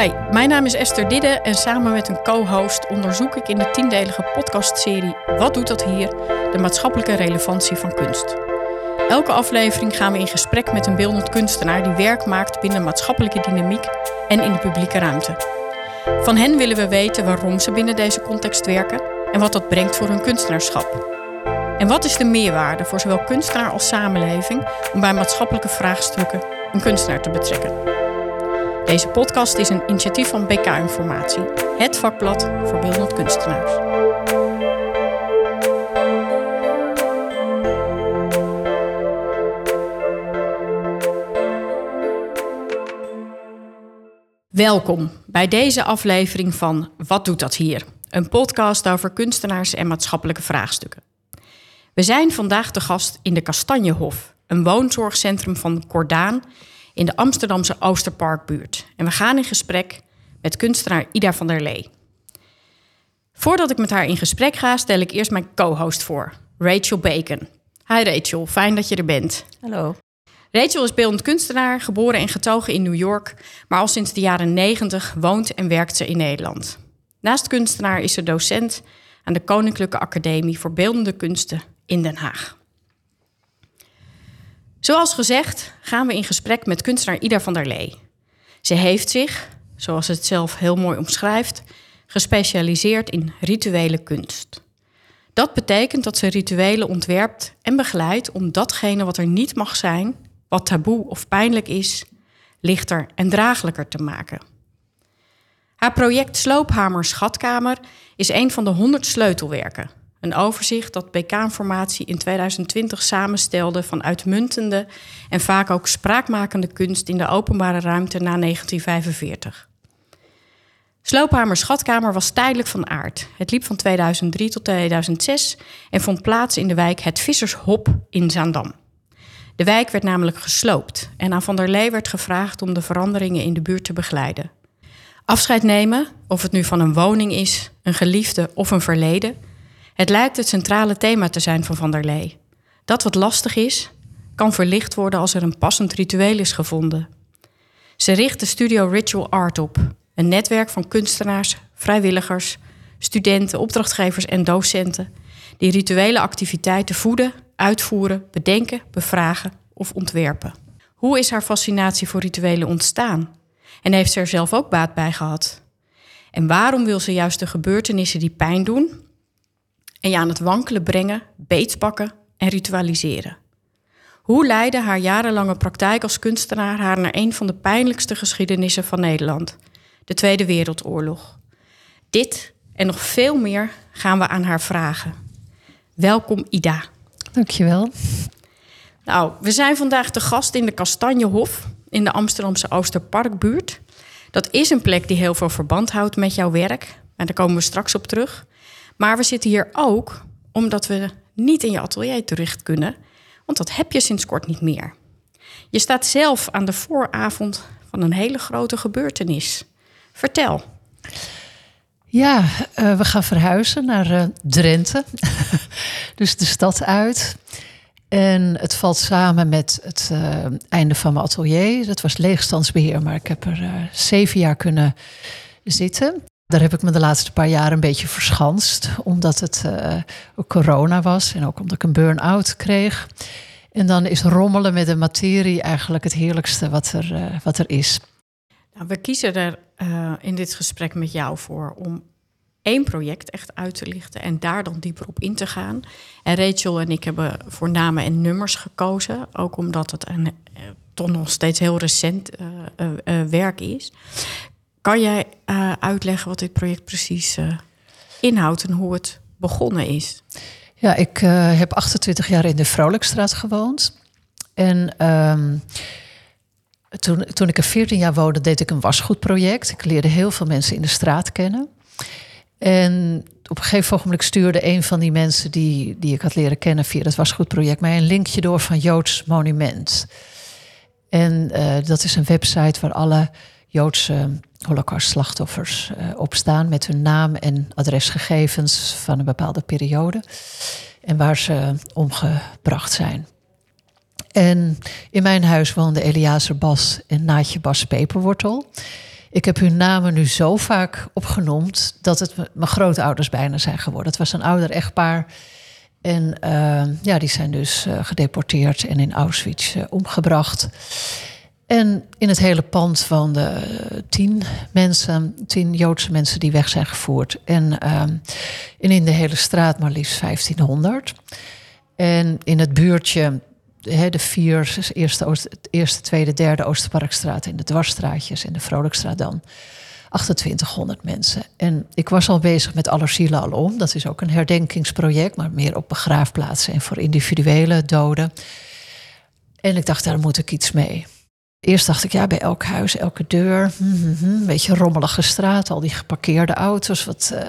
Hi, mijn naam is Esther Didde en samen met een co-host onderzoek ik in de 10-delige podcastserie Wat doet dat hier? De maatschappelijke relevantie van kunst. Elke aflevering gaan we in gesprek met een beeldend kunstenaar die werk maakt binnen maatschappelijke dynamiek en in de publieke ruimte. Van hen willen we weten waarom ze binnen deze context werken en wat dat brengt voor hun kunstenaarschap. En wat is de meerwaarde voor zowel kunstenaar als samenleving om bij maatschappelijke vraagstukken een kunstenaar te betrekken? Deze podcast is een initiatief van BK Informatie, het vakblad voor beeldend kunstenaars. Welkom bij deze aflevering van Wat doet dat hier? Een podcast over kunstenaars en maatschappelijke vraagstukken. We zijn vandaag te gast in de Kastanjehof, een woonzorgcentrum van Cordaan in de Amsterdamse Oosterparkbuurt. En we gaan in gesprek met kunstenaar Ida van der Lee. Voordat ik met haar in gesprek ga, stel ik eerst mijn co-host voor, Rachel Bacon. Hi Rachel, fijn dat je er bent. Hallo. Rachel is beeldend kunstenaar, geboren en getogen in New York, maar al sinds de jaren 90 woont en werkt ze in Nederland. Naast kunstenaar is ze docent aan de Koninklijke Academie voor Beeldende Kunsten in Den Haag. Zoals gezegd gaan we in gesprek met kunstenaar Ida van der Lee. Ze heeft zich, zoals ze het zelf heel mooi omschrijft, gespecialiseerd in rituele kunst. Dat betekent dat ze rituelen ontwerpt en begeleidt om datgene wat er niet mag zijn, wat taboe of pijnlijk is, lichter en draaglijker te maken. Haar project Sloophamer Schatkamer is een van de 100 sleutelwerken. Een overzicht dat BK Informatie in 2020 samenstelde van uitmuntende en vaak ook spraakmakende kunst in de openbare ruimte na 1945. Sloophamer Schatkamer was tijdelijk van aard. Het liep van 2003 tot 2006 en vond plaats in de wijk Het Vissershop in Zaandam. De wijk werd namelijk gesloopt en aan Van der Lee werd gevraagd om de veranderingen in de buurt te begeleiden. Afscheid nemen, of het nu van een woning is, een geliefde of een verleden, het lijkt het centrale thema te zijn van Van der Lee. Dat wat lastig is, kan verlicht worden als er een passend ritueel is gevonden. Ze richt de studio Ritual Art op, een netwerk van kunstenaars, vrijwilligers, studenten, opdrachtgevers en docenten die rituele activiteiten voeden, uitvoeren, bedenken, bevragen of ontwerpen. Hoe is haar fascinatie voor rituelen ontstaan? En heeft ze er zelf ook baat bij gehad? En waarom wil ze juist de gebeurtenissen die pijn doen en je aan het wankelen brengen, beetpakken en ritualiseren? Hoe leidde haar jarenlange praktijk als kunstenaar haar naar een van de pijnlijkste geschiedenissen van Nederland, de Tweede Wereldoorlog? Dit en nog veel meer gaan we aan haar vragen. Welkom Ida. Dankjewel. Nou, we zijn vandaag te gast in de Kastanjehof in de Amsterdamse Oosterparkbuurt. Dat is een plek die heel veel verband houdt met jouw werk. En daar komen we straks op terug. Maar we zitten hier ook omdat we niet in je atelier terecht kunnen. Want dat heb je sinds kort niet meer. Je staat zelf aan de vooravond van een hele grote gebeurtenis. Vertel. Ja, we gaan verhuizen naar Drenthe. Dus de stad uit. En het valt samen met het einde van mijn atelier. Dat was leegstandsbeheer, maar ik heb er 7 jaar kunnen zitten. Daar heb ik me de laatste paar jaar een beetje verschanst. Omdat het ook corona was en ook omdat ik een burn-out kreeg. En dan is rommelen met de materie eigenlijk het heerlijkste wat er is. Nou, we kiezen er in dit gesprek met jou voor om 1 project echt uit te lichten en daar dan dieper op in te gaan. En Rachel en ik hebben voor namen en nummers gekozen, ook omdat het een toch nog steeds heel recent werk is. Kan jij uitleggen wat dit project precies inhoudt en hoe het begonnen is? Ja, ik heb 28 jaar in de Vrolijkstraat gewoond. En toen ik er 14 jaar woonde, deed ik een wasgoedproject. Ik leerde heel veel mensen in de straat kennen. En op een gegeven ogenblik stuurde een van die mensen die ik had leren kennen via dat wasgoedproject mij een linkje door van Joods Monument. En dat is een website waar alle Joodse Holocaust-slachtoffers op staan met hun naam en adresgegevens van een bepaalde periode en waar ze omgebracht zijn. En in mijn huis woonden Eliezer Bas en Naatje Bas Peperwortel. Ik heb hun namen nu zo vaak opgenoemd dat het mijn grootouders bijna zijn geworden. Het was een ouder echtpaar. En die zijn dus gedeporteerd en in Auschwitz omgebracht. En in het hele pand woonden 10 Joodse mensen die weg zijn gevoerd. En in de hele straat maar liefst 1500. En in het buurtje, de 4, eerste, tweede, derde Oosterparkstraat en de dwarsstraatjes en de Vrolijkstraat dan 2800 mensen. En ik was al bezig met Allerzielen Alom. Dat is ook een herdenkingsproject, maar meer op begraafplaatsen en voor individuele doden. En ik dacht, daar moet ik iets mee. Eerst dacht ik, bij elk huis, elke deur, een beetje rommelige straat, al die geparkeerde auto's.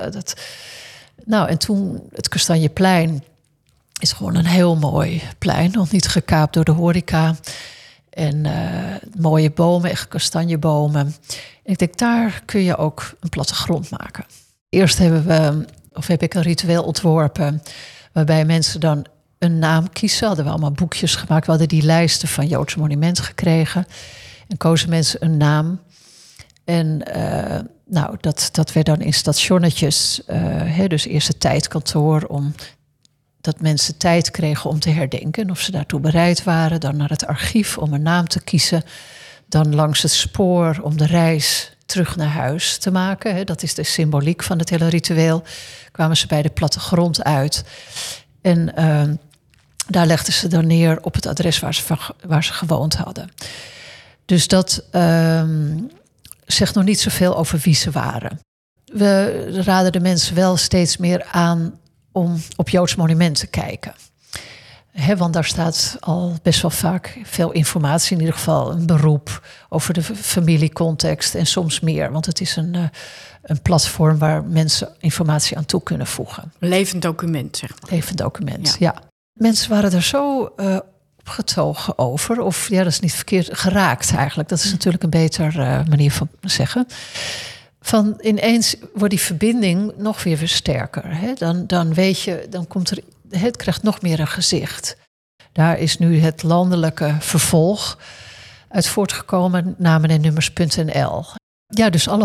En toen het Kastanjeplein is gewoon een heel mooi plein, nog niet gekaapt door de horeca. En mooie bomen, echt kastanjebomen. En ik denk, daar kun je ook een plattegrond maken. Eerst heb ik een ritueel ontworpen waarbij mensen dan een naam kiezen. Hadden we allemaal boekjes gemaakt. We hadden die lijsten van Joodse monumenten gekregen. En kozen mensen een naam. En dat werd dan in stationnetjes. Dus eerst het tijdkantoor, dat mensen tijd kregen om te herdenken. Of ze daartoe bereid waren. Dan naar het archief om een naam te kiezen. Dan langs het spoor om de reis terug naar huis te maken. Dat is de symboliek van het hele ritueel. Kwamen ze bij de plattegrond uit. En daar legden ze dan neer op het adres waar ze gewoond hadden. Dus dat zegt nog niet zoveel over wie ze waren. We raden de mensen wel steeds meer aan om op Joods monumenten te kijken. Want daar staat al best wel vaak veel informatie. In ieder geval een beroep over de familiecontext en soms meer. Want het is een platform waar mensen informatie aan toe kunnen voegen. Een levend document, zeg maar. Levend document, ja. Mensen waren er zo opgetogen over. Of dat is niet verkeerd, geraakt eigenlijk. Dat is natuurlijk een beter manier van zeggen. Van ineens wordt die verbinding nog weer sterker. Dan weet je, dan komt er... Het krijgt nog meer een gezicht. Daar is nu het landelijke vervolg uit voortgekomen, namen en nummers.nl. Ja, dus alle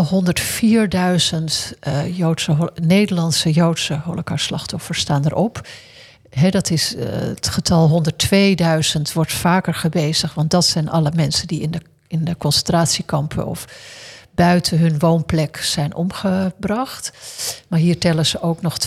104.000 Nederlandse Joodse Holocaustslachtoffers staan erop. Dat is het getal 102.000 wordt vaker gebezigd, want dat zijn alle mensen die in de concentratiekampen of buiten hun woonplek zijn omgebracht. Maar hier tellen ze ook nog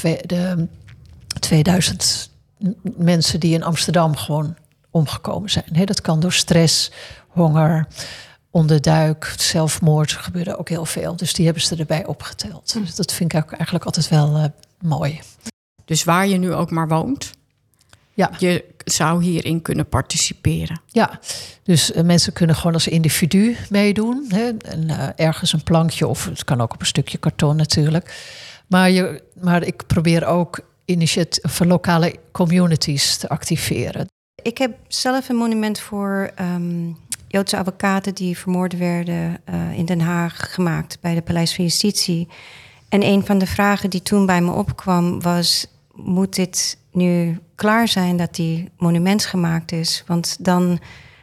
2000 mensen die in Amsterdam gewoon omgekomen zijn. Dat kan door stress, honger, onderduik, zelfmoord. Er gebeurde ook heel veel. Dus die hebben ze erbij opgeteld. Dus dat vind ik eigenlijk altijd wel mooi. Dus waar je nu ook maar woont, je zou hierin kunnen participeren. Ja, dus mensen kunnen gewoon als individu meedoen. En ergens een plankje, of het kan ook op een stukje karton natuurlijk. Maar ik probeer ook voor lokale communities te activeren. Ik heb zelf een monument voor Joodse advocaten die vermoord werden in Den Haag gemaakt bij de Paleis van Justitie. En een van de vragen die toen bij me opkwam was: moet dit nu klaar zijn dat die monument gemaakt is? Want dan,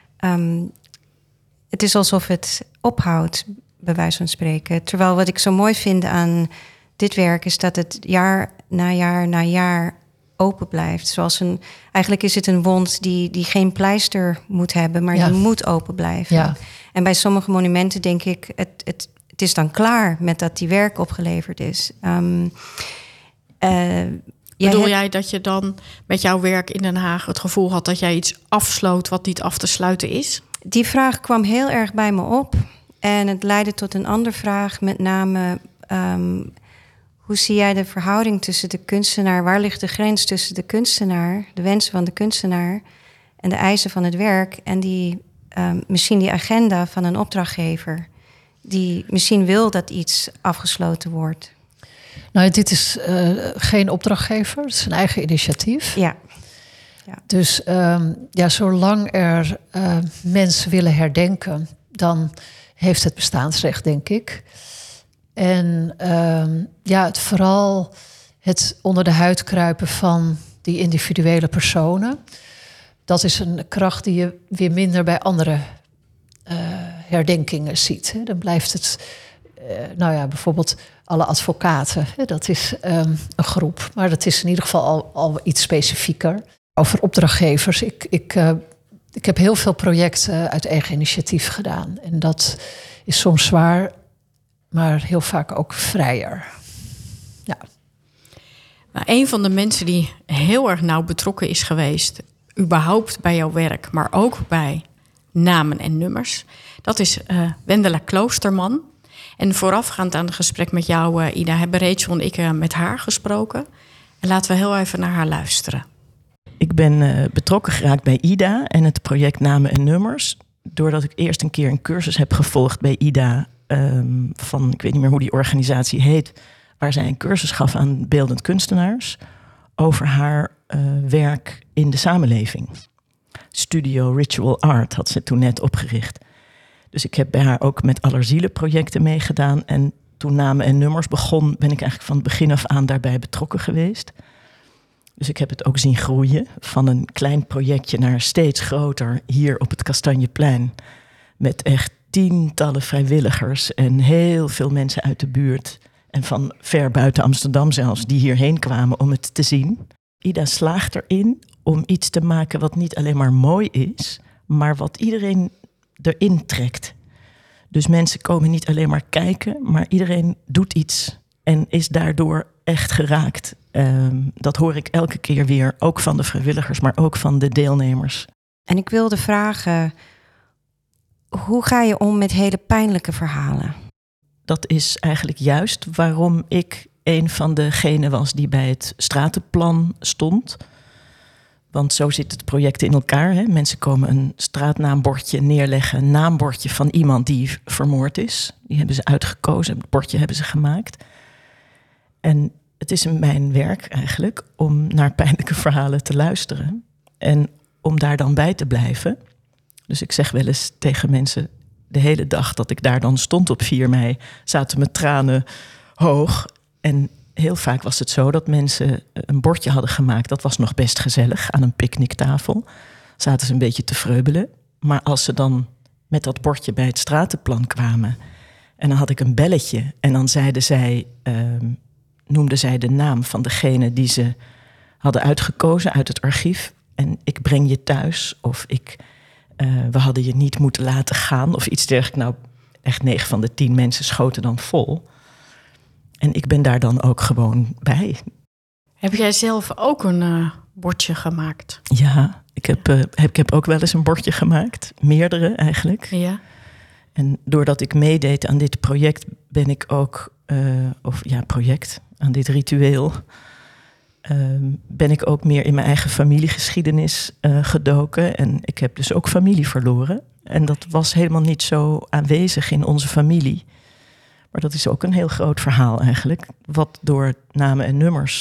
het is alsof het ophoudt, bij wijze van spreken. Terwijl wat ik zo mooi vind aan dit werk is dat het jaar na jaar na jaar open blijft. Eigenlijk is het een wond die geen pleister moet hebben, maar die moet open blijven. Ja. En bij sommige monumenten denk ik, het is dan klaar met dat die werk opgeleverd is. Bedoel jij dat je dan met jouw werk in Den Haag het gevoel had dat jij iets afsloot wat niet af te sluiten is? Die vraag kwam heel erg bij me op. En het leidde tot een andere vraag, met name: hoe zie jij de verhouding tussen de kunstenaar? Waar ligt de grens tussen de kunstenaar, de wensen van de kunstenaar en de eisen van het werk en misschien die agenda van een opdrachtgever die misschien wil dat iets afgesloten wordt? Nou, dit is geen opdrachtgever, het is een eigen initiatief. Ja. Dus zolang er mensen willen herdenken, dan heeft het bestaansrecht, denk ik. En vooral het onder de huid kruipen van die individuele personen, dat is een kracht die je weer minder bij andere herdenkingen ziet. Dan blijft het bijvoorbeeld alle advocaten. Dat is een groep, maar dat is in ieder geval al iets specifieker. Over opdrachtgevers. Ik heb heel veel projecten uit eigen initiatief gedaan. En dat is soms zwaar, maar heel vaak ook vrijer. Ja. Nou, een van de mensen die heel erg nauw betrokken is geweest, überhaupt bij jouw werk, maar ook bij namen en nummers, dat is Wendela Kloosterman. En voorafgaand aan het gesprek met jou, Ida, hebben Rachel en ik met haar gesproken. En laten we heel even naar haar luisteren. Ik ben betrokken geraakt bij Ida en het project Namen en Nummers, doordat ik eerst een keer een cursus heb gevolgd bij Ida van, ik weet niet meer hoe die organisatie heet, waar zij een cursus gaf aan beeldend kunstenaars over haar werk in de samenleving. Studio Ritual Art had ze toen net opgericht. Dus ik heb bij haar ook met Allerzielen projecten meegedaan. En toen Namen en Nummers begon, ben ik eigenlijk van het begin af aan daarbij betrokken geweest. Dus ik heb het ook zien groeien van een klein projectje naar steeds groter hier op het Kastanjeplein. Met echt tientallen vrijwilligers en heel veel mensen uit de buurt. En van ver buiten Amsterdam zelfs, die hierheen kwamen om het te zien. Ida slaagt erin om iets te maken wat niet alleen maar mooi is, maar wat iedereen erin trekt. Dus mensen komen niet alleen maar kijken, maar iedereen doet iets en is daardoor echt geraakt. Dat hoor ik elke keer weer, ook van de vrijwilligers, maar ook van de deelnemers. En ik wilde vragen, hoe ga je om met hele pijnlijke verhalen? Dat is eigenlijk juist waarom ik een van degenen was die bij het stratenplan stond. Want zo zit het project in elkaar. Hè? Mensen komen een straatnaambordje neerleggen, een naambordje van iemand die vermoord is. Die hebben ze uitgekozen, het bordje hebben ze gemaakt. En het is mijn werk eigenlijk om naar pijnlijke verhalen te luisteren. En om daar dan bij te blijven. Dus ik zeg wel eens tegen mensen, de hele dag dat ik daar dan stond op 4 mei... zaten mijn tranen hoog. En heel vaak was het zo dat mensen een bordje hadden gemaakt. Dat was nog best gezellig, aan een picknicktafel. Zaten ze een beetje te vreubelen. Maar als ze dan met dat bordje bij het stratenplan kwamen... en dan had ik een belletje en dan noemden zij de naam van degene die ze hadden uitgekozen uit het archief. En ik breng je thuis of we hadden je niet moeten laten gaan of iets dergelijks. Nou, echt 9 van de 10 mensen schoten dan vol. En ik ben daar dan ook gewoon bij. Heb jij zelf ook een bordje gemaakt? Ja, ik heb ook wel eens een bordje gemaakt. Meerdere eigenlijk. Ja. En doordat ik meedeed aan dit project ben ik ook... aan dit ritueel... ben ik ook meer in mijn eigen familiegeschiedenis gedoken. En ik heb dus ook familie verloren. En dat was helemaal niet zo aanwezig in onze familie. Maar dat is ook een heel groot verhaal eigenlijk. Wat door namen en nummers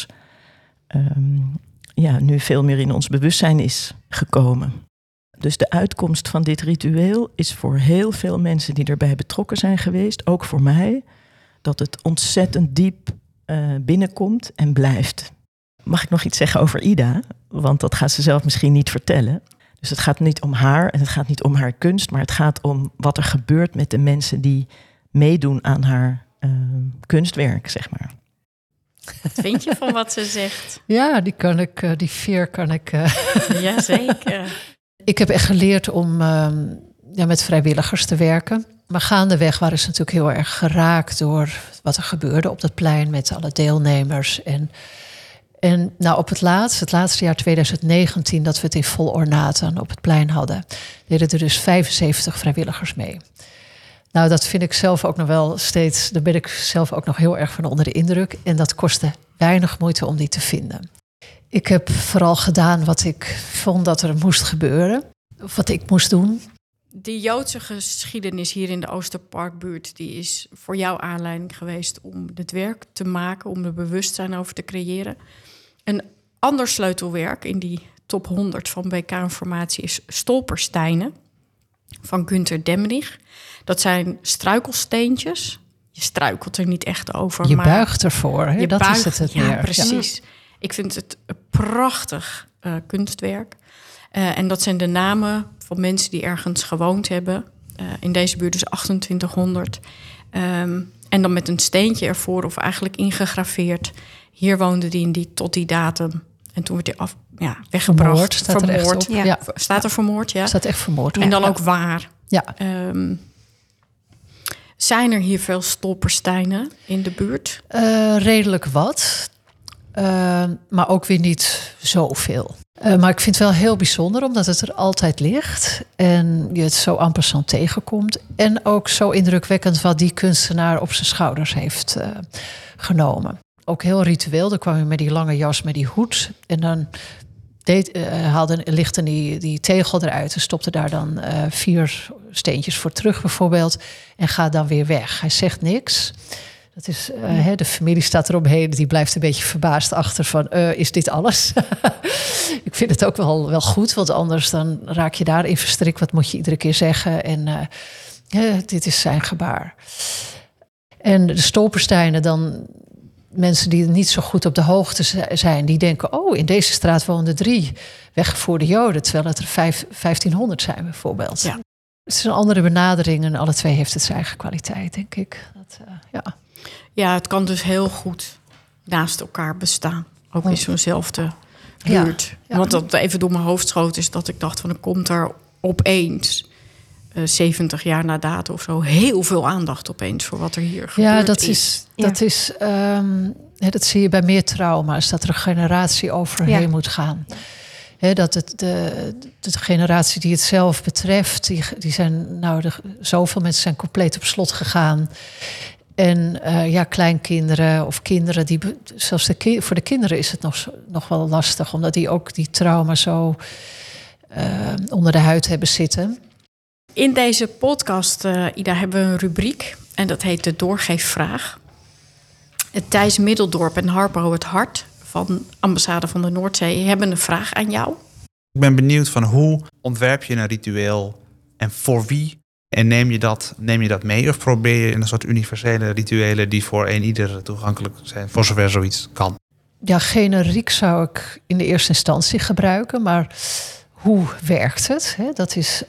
nu veel meer in ons bewustzijn is gekomen. Dus de uitkomst van dit ritueel is voor heel veel mensen die erbij betrokken zijn geweest, ook voor mij, dat het ontzettend diep binnenkomt en blijft. Mag ik nog iets zeggen over Ida? Want dat gaat ze zelf misschien niet vertellen. Dus het gaat niet om haar en het gaat niet om haar kunst, maar het gaat om wat er gebeurt met de mensen die meedoen aan haar kunstwerk, zeg maar. Wat vind je van wat ze zegt? Ja, die veer kan ik... Jazeker. Ik heb echt geleerd om met vrijwilligers te werken. Maar gaandeweg waren ze natuurlijk heel erg geraakt door wat er gebeurde op dat plein met alle deelnemers. En nou op het laatste jaar 2019, dat we het in vol ornaat op het plein hadden, deden er dus 75 vrijwilligers mee. Nou, dat vind ik zelf ook nog wel steeds, daar ben ik zelf ook nog heel erg van onder de indruk. En dat kostte weinig moeite om die te vinden. Ik heb vooral gedaan wat ik vond dat er moest gebeuren. Of wat ik moest doen. Die Joodse geschiedenis hier in de Oosterparkbuurt, die is voor jou aanleiding geweest om dit werk te maken, om er bewustzijn over te creëren. Een ander sleutelwerk in die top 100 van BK-informatie is Stolpersteinen van Günter Demnig. Dat zijn struikelsteentjes. Je struikelt er niet echt over. Je maar buigt ervoor, hè? Dat buigt, is het ja, meer. precies. Ja. Ik vind het een prachtig kunstwerk. En dat zijn de namen van mensen die ergens gewoond hebben. In deze buurt dus 2800. En dan met een steentje ervoor of eigenlijk ingegraveerd. Hier woonde die tot die datum. En toen werd hij weggebracht. Staat er echt op. Ja. Staat er vermoord, ja. Staat echt vermoord. En dan ook waar. Ja. Zijn er hier veel stolpersteinen in de buurt? Redelijk wat. Maar ook weer niet zoveel. Maar ik vind het wel heel bijzonder, omdat het er altijd ligt. En je het zo en passant tegenkomt. En ook zo indrukwekkend wat die kunstenaar op zijn schouders heeft genomen. Ook heel ritueel. Dan kwam je met die lange jas, met die hoed. En dan lichtte die tegel eruit. En stopte daar dan 4 steentjes voor terug bijvoorbeeld. En gaat dan weer weg. Hij zegt niks. Dat is, de familie staat eromheen. Die blijft een beetje verbaasd achter van... is dit alles? Ik vind het ook wel goed. Want anders dan raak je daarin verstrikt. Wat moet je iedere keer zeggen? En dit is zijn gebaar. En de stolpersteinen dan... Mensen die niet zo goed op de hoogte zijn... die denken, in deze straat woonden 3 weggevoerde Joden... terwijl het er 1500 zijn bijvoorbeeld. Ja. Het is een andere benadering en alle twee heeft het zijn eigen kwaliteit, denk ik. Ja, het kan dus heel goed naast elkaar bestaan. Ook in zo'nzelfde buurt. Ja. Want dat even door mijn hoofd schoot is dat ik dacht... van er komt er opeens... 70 jaar na dato of zo... heel veel aandacht opeens voor wat er hier gebeurt is. Dat zie je bij meer trauma's. Dat er een generatie overheen moet gaan. Dat de generatie die het zelf betreft... die zijn, zoveel mensen zijn compleet op slot gegaan. En kleinkinderen of kinderen... zelfs voor de kinderen is het nog wel lastig... omdat die ook die trauma zo onder de huid hebben zitten... In deze podcast, Ida, hebben we een rubriek. En dat heet de Doorgeefvraag. Thijs Middeldorp en Harpo het Hart... van Ambassade van de Noordzee hebben een vraag aan jou. Ik ben benieuwd van hoe ontwerp je een ritueel en voor wie? En neem je dat mee of probeer je een soort universele rituelen... die voor ieder toegankelijk zijn, voor zover zoiets kan? Ja, generiek zou ik in de eerste instantie gebruiken. Maar hoe werkt het? Dat is...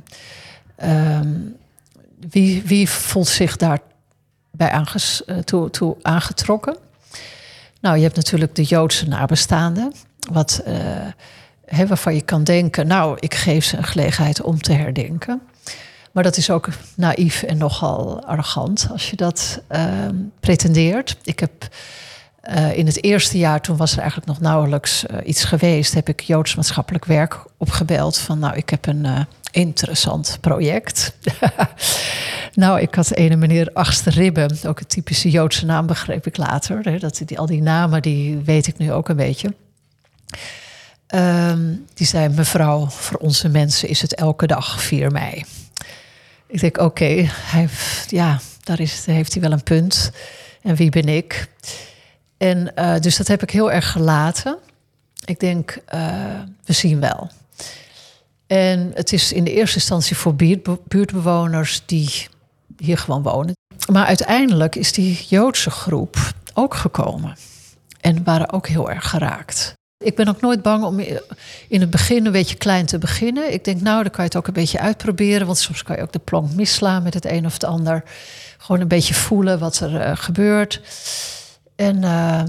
Wie voelt zich daarbij toe aangetrokken? Nou, je hebt natuurlijk de Joodse nabestaanden. Waarvan je kan denken... ik geef ze een gelegenheid om te herdenken. Maar dat is ook naïef en nogal arrogant... als je dat pretendeert. Ik heb in het eerste jaar... toen was er eigenlijk nog nauwelijks iets geweest... heb ik Joods maatschappelijk werk opgebeld... van ik heb een... interessant project. Ik had ene meneer Achsterribbe, ook een typische Joodse naam begreep ik later. Al die namen, die weet ik nu ook een beetje. Die zei, mevrouw, voor onze mensen is het elke dag 4 mei. Ik denk, oké, daar heeft hij wel een punt. En wie ben ik? En dus dat heb ik heel erg gelaten. Ik denk, we zien wel. En het is in de eerste instantie voor buurtbewoners die hier gewoon wonen. Maar uiteindelijk is die Joodse groep ook gekomen. En waren ook heel erg geraakt. Ik ben ook nooit bang om in het begin een beetje klein te beginnen. Ik denk, dan kan je het ook een beetje uitproberen. Want soms kan je ook de plank misslaan met het een of het ander. Gewoon een beetje voelen wat er gebeurt. En...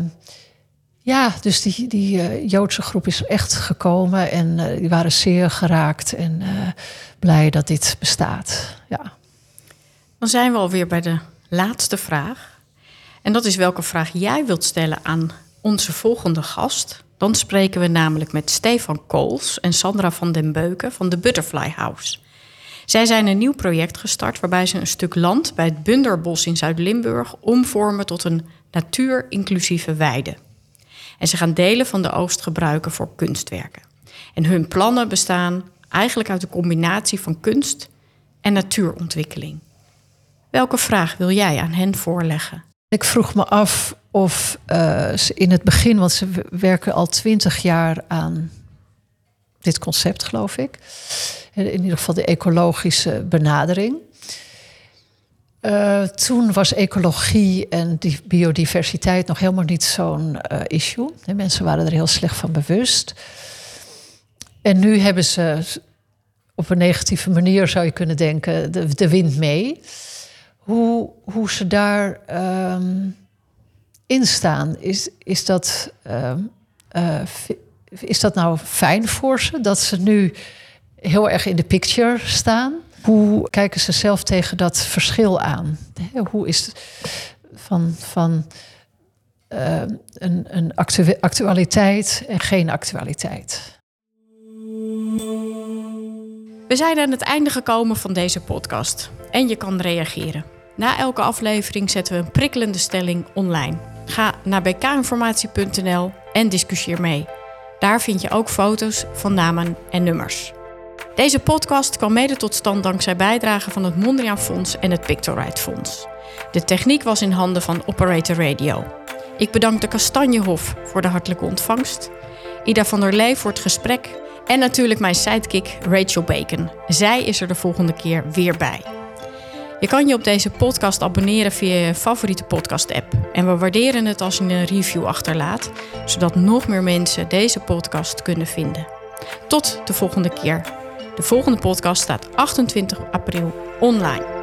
dus die Joodse groep is echt gekomen en die waren zeer geraakt en blij dat dit bestaat. Ja. Dan zijn we alweer bij de laatste vraag. En dat is welke vraag jij wilt stellen aan onze volgende gast. Dan spreken we namelijk met Stefan Kools en Sandra van den Beuken van de Butterfly House. Zij zijn een nieuw project gestart waarbij ze een stuk land bij het Bunderbos in Zuid-Limburg omvormen tot een natuur-inclusieve weide. En ze gaan delen van de oogst gebruiken voor kunstwerken. En hun plannen bestaan eigenlijk uit een combinatie van kunst en natuurontwikkeling. Welke vraag wil jij aan hen voorleggen? Ik vroeg me af of ze in het begin, want ze werken al 20 jaar aan dit concept, geloof ik. In ieder geval de ecologische benadering. Toen was ecologie en die biodiversiteit nog helemaal niet zo'n issue. Mensen waren er heel slecht van bewust. En nu hebben ze op een negatieve manier, zou je kunnen denken, de wind mee. hoe ze daar in staan. Is dat nou fijn voor ze, dat ze nu heel erg in de picture staan? Hoe kijken ze zelf tegen dat verschil aan? Hoe is het van een actualiteit en geen actualiteit? We zijn aan het einde gekomen van deze podcast en je kan reageren. Na elke aflevering zetten we een prikkelende stelling online. Ga naar bkinformatie.nl en discussieer mee. Daar vind je ook foto's van namen en nummers. Deze podcast kwam mede tot stand dankzij bijdragen van het Mondriaan Fonds en het Pictoright Fonds. De techniek was in handen van Operator Radio. Ik bedank de Kastanjehof voor de hartelijke ontvangst, Ida van der Lee voor het gesprek en natuurlijk mijn sidekick Rachel Bacon. Zij is er de volgende keer weer bij. Je kan je op deze podcast abonneren via je favoriete podcast-app. En we waarderen het als je een review achterlaat, zodat nog meer mensen deze podcast kunnen vinden. Tot de volgende keer. De volgende podcast staat 28 april online.